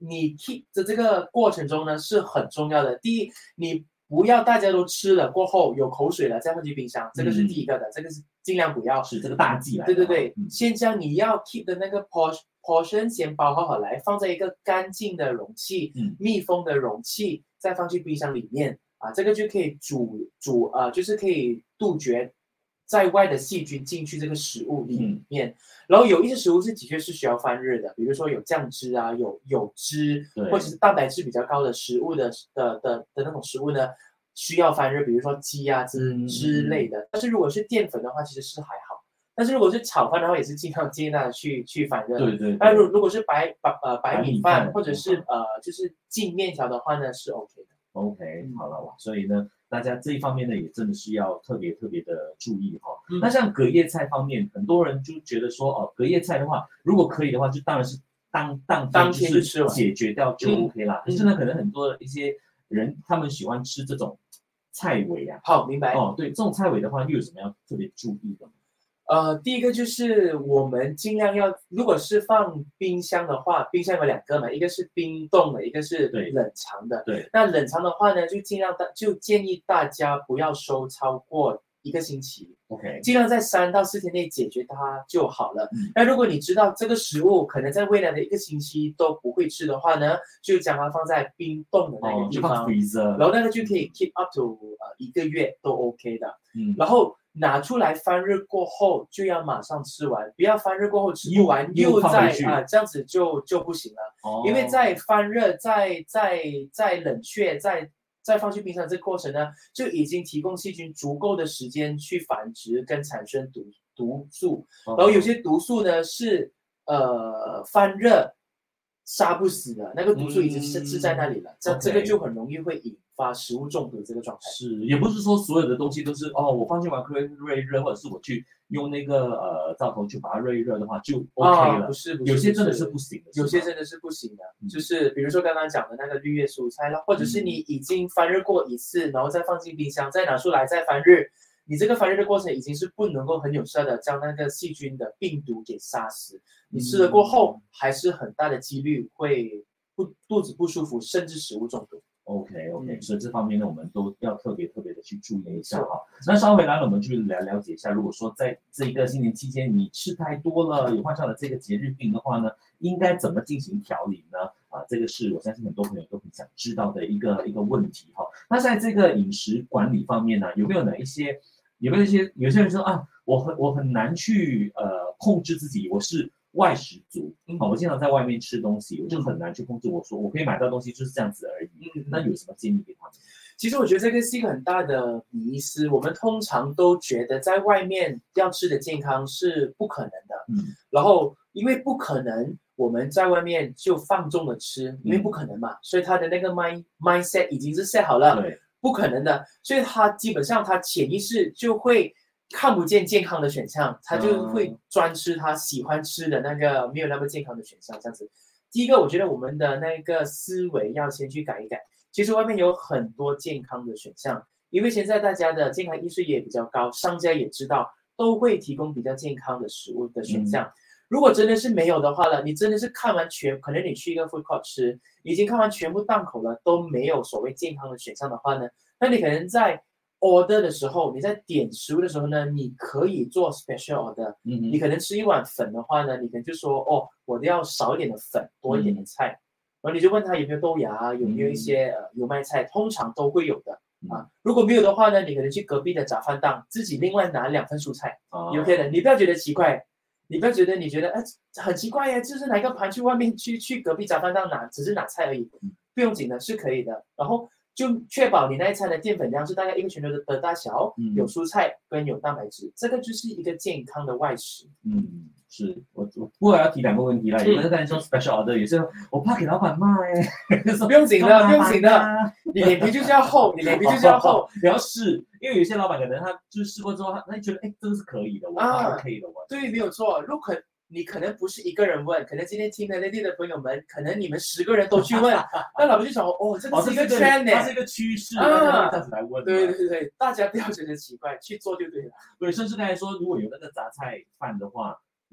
你 keep 的这个过程中呢是很重要的。第一，你不要大家都吃了过后有口水了再放进冰箱，这个是第一个的，嗯、这个是尽量不要。 是这个大忌来。 对对对， 嗯、 先将你要 keep 的那个 portion portion 先包好好来，放在一个干净的容器，嗯、密封的容器，再放进冰箱里面啊，这个就可以煮煮啊、呃，就是可以杜绝在外的细菌进去这个食物里面。嗯、然后有一些食物是的确是需要翻热的，比如说有酱汁啊，有有汁，或者是蛋白质比较高的食物的的的的那种食物呢，需要翻热，比如说鸡啊之之类的。但是如果是淀粉的话，其实是还好。但是如果是炒饭的话，也是尽量尽量去去翻热。 对对。 那如如果是白白呃白米饭或者是呃就是净面条的话呢，是 OK 的。 OK， 好了哇，所以呢，大家这一方面呢，也真的是要特别特别的注意哈。嗯、那像隔夜菜方面，很多人就觉得说，哦，隔夜菜的话，如果可以的话，就当然是当当当天就是解决掉就 OK 啦。但是呢，可能很多一些人他们喜欢吃这种菜尾啊。 好，明白。 哦，对，这种菜尾的话，又有什么要特别注意的吗？ 呃，第一个就是我们尽量要，如果是放冰箱的话，冰箱有两个嘛，一个是冰冻的，一个是冷藏的。 对。 那冷藏的话呢，就尽量大就建议大家不要收超过一个星期。 OK。 尽量在三到四天内解决它就好了。嗯、那如果你知道这个食物可能在未来的一个星期都不会吃的话呢，就将它放在冰冻的那个地方， 哦、 然后那个就可以 keep up to 呃一个月都 OK 的。嗯。然后拿出来翻热过后就要马上吃完，不要翻热过后吃不完又再啊、呃、这样子就就不行了。哦、因为在翻热、再再再冷却、再再放去冰箱这个过程呢，就已经提供细菌足够的时间去繁殖跟产生毒毒素。哦、然后有些毒素呢是呃翻热杀不死的，那个毒素已经是是在那里了，嗯、这这个就很容易会引发食物中毒这个状态。 是，也不是说所有的东西都是哦，我放进完热热热，或者是我去用那个呃灶头去把它热一热的话就 OK 了。 啊、不是，不是， 有些真的是不行的， 有些真的是不行的。嗯、就是比如说刚刚讲的那个绿叶蔬菜啦，或者是你已经翻热过一次，然后再放进冰箱，再拿出来再翻热。你这个翻热的过程已经是不能够很有效的将那个细菌的病毒给杀死，你吃了过后还是很大的几率会不肚子不舒服，甚至食物中毒。 OK OK，、嗯、所以这方面呢，我们都要特别特别的去注意一下哈。那稍回来了，我们就来了解一下，如果说在这一个新年期间你吃太多了，有患上了这个节日病的话呢，应该怎么进行调理呢？啊，这个是我相信很多朋友都很想知道的一个一个问题哈。那在这个饮食管理方面呢，有没有哪一些？有没有一些有些人说啊，我很我很难去呃控制自己，我是外食族，嗯、我经常在外面吃东西，我就很难去控制。我说我可以买到东西就是这样子而已。嗯、那有什么建议给他们？ 其实我觉得这个是一个很大的迷思，我们通常都觉得在外面要吃的健康是不可能的。嗯，然后因为不可能，我们在外面就放纵的吃，因为不可能嘛，嗯、所以他的那个 mind mindset 已经是 set 好了。 对。 不可能的，所以他基本上他潜意识就会看不见健康的选项，他就会专吃他喜欢吃的那个没有那么健康的选项，这样子。第一个，我觉得我们的那个思维要先去改一改。其实外面有很多健康的选项，因为现在大家的健康意识也比较高，商家也知道都会提供比较健康的食物的选项。嗯、如果真的是没有的话呢，你真的是看完全，可能你去一个 food court 吃，已经看完全部档口了，都没有所谓健康的选项的话呢，那你可能在 order 的时候，你在点食物的时候呢，你可以做 special order。嗯，你可能吃一碗粉的话呢，你可能就说哦，我都要少一点的粉，多一点的菜。嗯、然后你就问他有没有豆芽，有没有一些、嗯、呃油麦菜，通常都会有的。啊，如果没有的话呢，你可能去隔壁的杂饭档，自己另外拿两份蔬菜，哦、OK 的。你不要觉得奇怪。你不要觉得你觉得哎很奇怪耶，就是拿一个盘去外面去去隔壁杂饭档拿，只是拿菜而已，不用紧的，是可以的。然后就确保你那一餐的淀粉量是大概一个拳头的的大小，嗯、有蔬菜跟有蛋白质，这个就是一个健康的外食。 嗯，是我我不过要提两个问题啦，有的人说 special order， 有些人我怕给老板骂哎， 不用紧的，不用紧的，你脸皮就是要厚，你脸皮就是要厚， 不要试。因为有些老板可能他就是试过之后，他他觉得哎，这个是可以的，我 OK 的，我、啊、 对，没有错。如果你可能不是一个人问，可能今天听的内地的朋友们，可能你们十个人都去问，那老板就想哦，这个是一个 trend 呢， 它是一个趋势，啊，这样子来问。 对对对，大家不要觉得奇怪，去做就对了。 对，甚至刚才说，如果有那个杂菜饭的话，你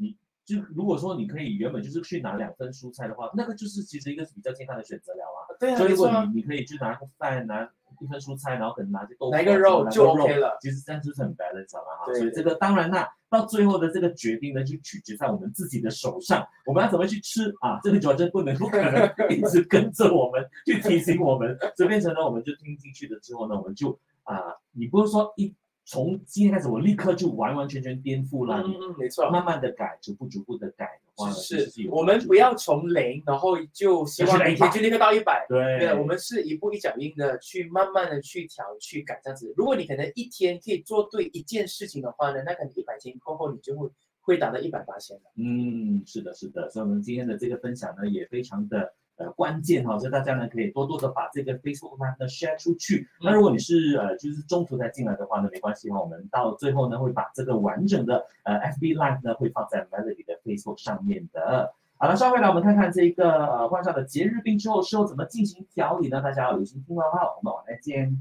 就如果说你可以原本就是去拿两份蔬菜的话，那个就是其实一个比较健康的选择了啊。 对啊， 所以如果没错啊你你可以去拿个饭，拿一份蔬菜，然后可能拿些豆腐， 拿一个肉就 OK 了。 其实这样就是很 balance 了哈。 对所以这个当然啦，到最后的这个决定呢，就取决在我们自己的手上，我们要怎么去吃啊？这个主要真不能不可能一直跟着我们去提醒我们，所以变成呢，我们就听进去了之后呢，我们就啊，你不是说一。从今天开始，我立刻就完完全全颠覆了。 嗯嗯，没错。 慢慢的改，逐步逐步的改的话， 是是，我们不要从零，然后就希望明天就立刻到一百。 对， 对，我们是一步一脚印的去慢慢的去调去改这样子。如果你可能一天可以做对一件事情的话呢，那可能一百天过后你就会会达到一百八千了。 嗯，是的，是的。所以我们今天的这个分享呢，也非常的。呃，关键哈，所以大家呢可以多多的把这个 Facebook Live 呢 share 出去。那如果你是呃就是中途才进来的话呢，没关系哈，我们到最后呢会把这个完整的呃 F B Live 呢会放在 Melody 的 Facebook 上面的。好了，稍回来我们看看这个呃患上了节日病之后事后怎么进行调理呢？大家要留心听哦哈，我们晚来见。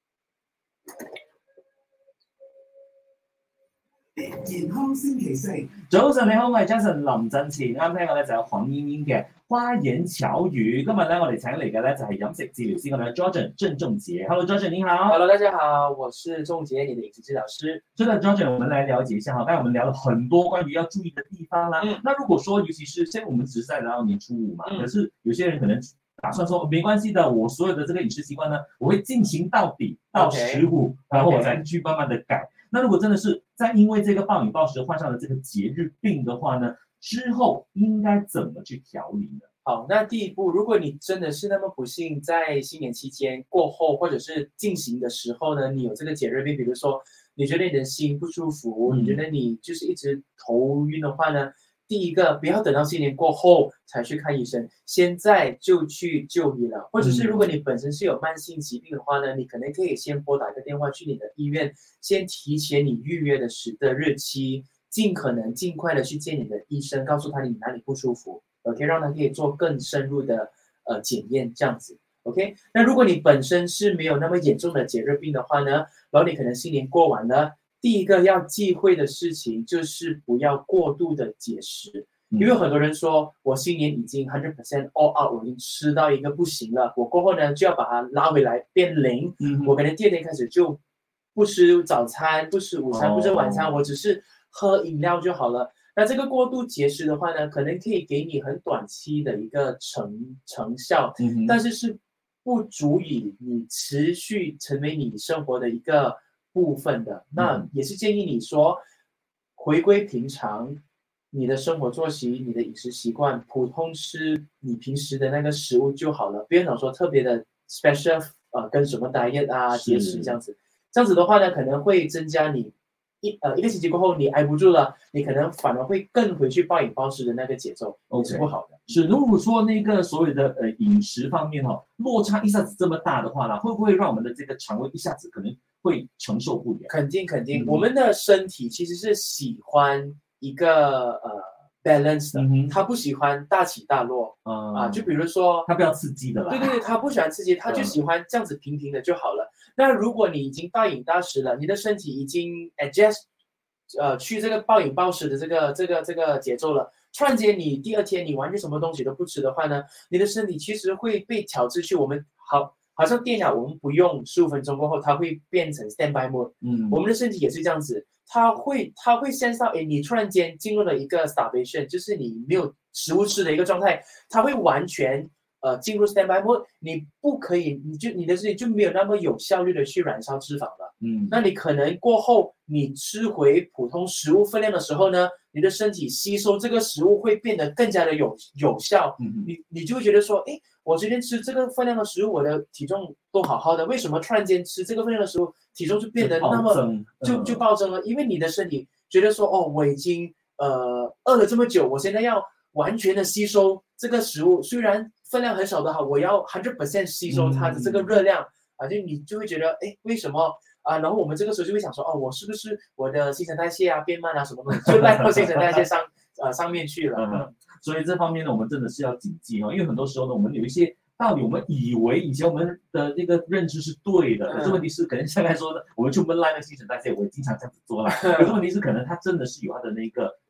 健康星期四， 早晨你好，我係 Jason 林振前，啱聽過咧就有黃燕燕嘅花言巧語。今日咧我哋請嚟嘅咧就係飲食治療師，我哋嘅 George 鄭仲傑。Hello George 你好。 Hello 大家好，我是仲傑，你的飲食治療師。 是的 George， 我們來了解一下哈，剛才我們聊了很多關於要注意的地方啦。嗯、那如果說，尤其是現在我們只是在來到年初五嘛、嗯，可是有些人可能打算說沒關係的，我所有的這個飲食習慣呢，我會進行到底到十五、okay. 然後我再去慢慢的改。Okay. 那如果真的是在因為這個暴飲暴食患上了這個節日病的話呢，之後應該怎麼去調理呢？ 好，那第一步，如果你真的是那麼不幸，在新年期間過後，或者是進行的時候呢，你有這個節日病，比如說你覺得你的心不舒服，嗯、你覺得你就是一直頭暈的話呢，第一個不要等到新年過後才去看醫生，現在就去就醫了。或者是如果你本身是有慢性疾病的話呢，你可能可以先撥打一個電話去你的醫院，先提前你預約的時的日期，盡可能盡快的去見你的醫生，告訴他你哪裡不舒服。OK， 讓他可以做更深入的呃檢驗，這樣子。OK， 那如果你本身是沒有那麼嚴重的節日病的話呢，然後你可能新年過完了，第一個要忌諱的事情就是不要過度的節食，嗯、因為很多人說我新年已經 百分之百 all out， 我已經吃到一個不行了，我過後呢就要把它拉回來變零，嗯、我可能第二天開始就不吃早餐，不吃午餐，哦、不吃晚餐，我只是喝飲料就好了。那這個過度節食的話呢，可能可以給你很短期的一個成成效，嗯、但是是不足以你持續成為你生活的一個部分的。那也是建議你說，回歸平常，你的生活作息、你的飲食習慣，普通吃你平時的那個食物就好了，不要想說特別的 special，呃，跟什麼 diet 啊節食這樣子，這樣子的話呢，可能會增加你。一呃一個星期過後，你挨不住了，你可能反而會更回去暴飲暴食的那個節奏，也是不好的。 是，如果說那個所謂的呃飲食方面哈、哦，落差一下子這麼大的話呢，會不會讓我們的這個腸胃一下子可能會承受不了？ 肯定肯定、嗯，我們的身體其實是喜歡一個呃 balance 的、嗯，它不喜歡大起大落、嗯、啊。就比如說， 它不要刺激的啦。 對對對，它不喜歡刺激，它就喜歡這樣子平平的就好了。那如果你已經大飲大食了，你的身體已經 adjust， 呃，去這個暴飲暴食的這個這個這個節奏了，突然間你第二天你完全什麼東西都不吃的話呢，你的身體其實會被調制去我們好好像電腦，我們不用十五分鐘過後，它會變成 standby mode。嗯，我們的身體也是這樣子，它會它會 sense 到，誒，你突然間進入了一個 starvation，就是你沒有食物吃的一個狀態，它會完全。呃，進入 standby mode， 你不可以，你就你的身體就沒有那麼有效率的去燃燒脂肪了。嗯，那你可能過後你吃回普通食物分量的時候呢，你的身體吸收這個食物會變得更加的有有效。嗯，你你就會覺得說，誒，我今天吃這個分量的食物，我的體重都好好的，為什麼突然間吃這個分量的食物，體重就變得那麼就就，就暴增了？因為你的身體覺得說，哦，我已經呃餓了這麼久，我現在要完全的吸收這個食物，雖然分量很少的好，我要 百分之百 吸收它的這個熱量、嗯、啊，就你就會覺得，哎，為什麼啊？然後我們這個時候就會想說，哦，我是不是我的新陳代謝啊變慢啊，什麼東西就賴到新陳代謝上呃上面去了、 嗯。所以這方面呢，我們真的是要謹記哦，因為很多時候呢，我們有一些道理，我們以為以前我們的這個認知是對的，可是問題是可能像剛才說的，我們就悶賴那新陳代謝，我也經常這樣子做啦。可是問題是可能它真的是有它的那個。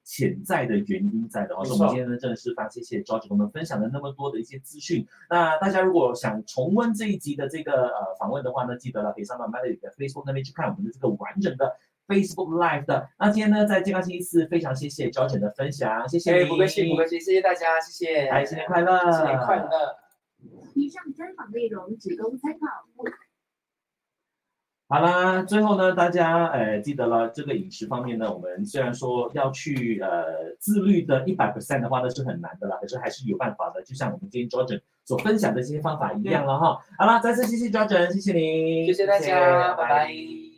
潜在的原因在的哦。所以我们今天呢真的是非常谢谢 George 跟我们分享了那么多的一些资讯。那大家如果想重温这一集的这个呃访问的话呢，记得了可以上到 Melody 的 Facebook 那边去看我们的这个完整的 Facebook Live 的。那今天呢，在健康星期四，非常谢谢 George 的分享，谢谢你， 不客气不客气，谢谢大家，谢谢， 来新年快乐， 新年快乐。 以上专访内容只供参考。 好啦，最后呢，大家呃记得了，这个饮食方面呢，我们虽然说要去呃自律的一百 percent 的话呢是很难的啦，可是还是有办法的，就像我们今天 George 所分享的这些方法一样了哈。好啦，再次谢谢 George，谢谢你， 谢谢大家，拜拜。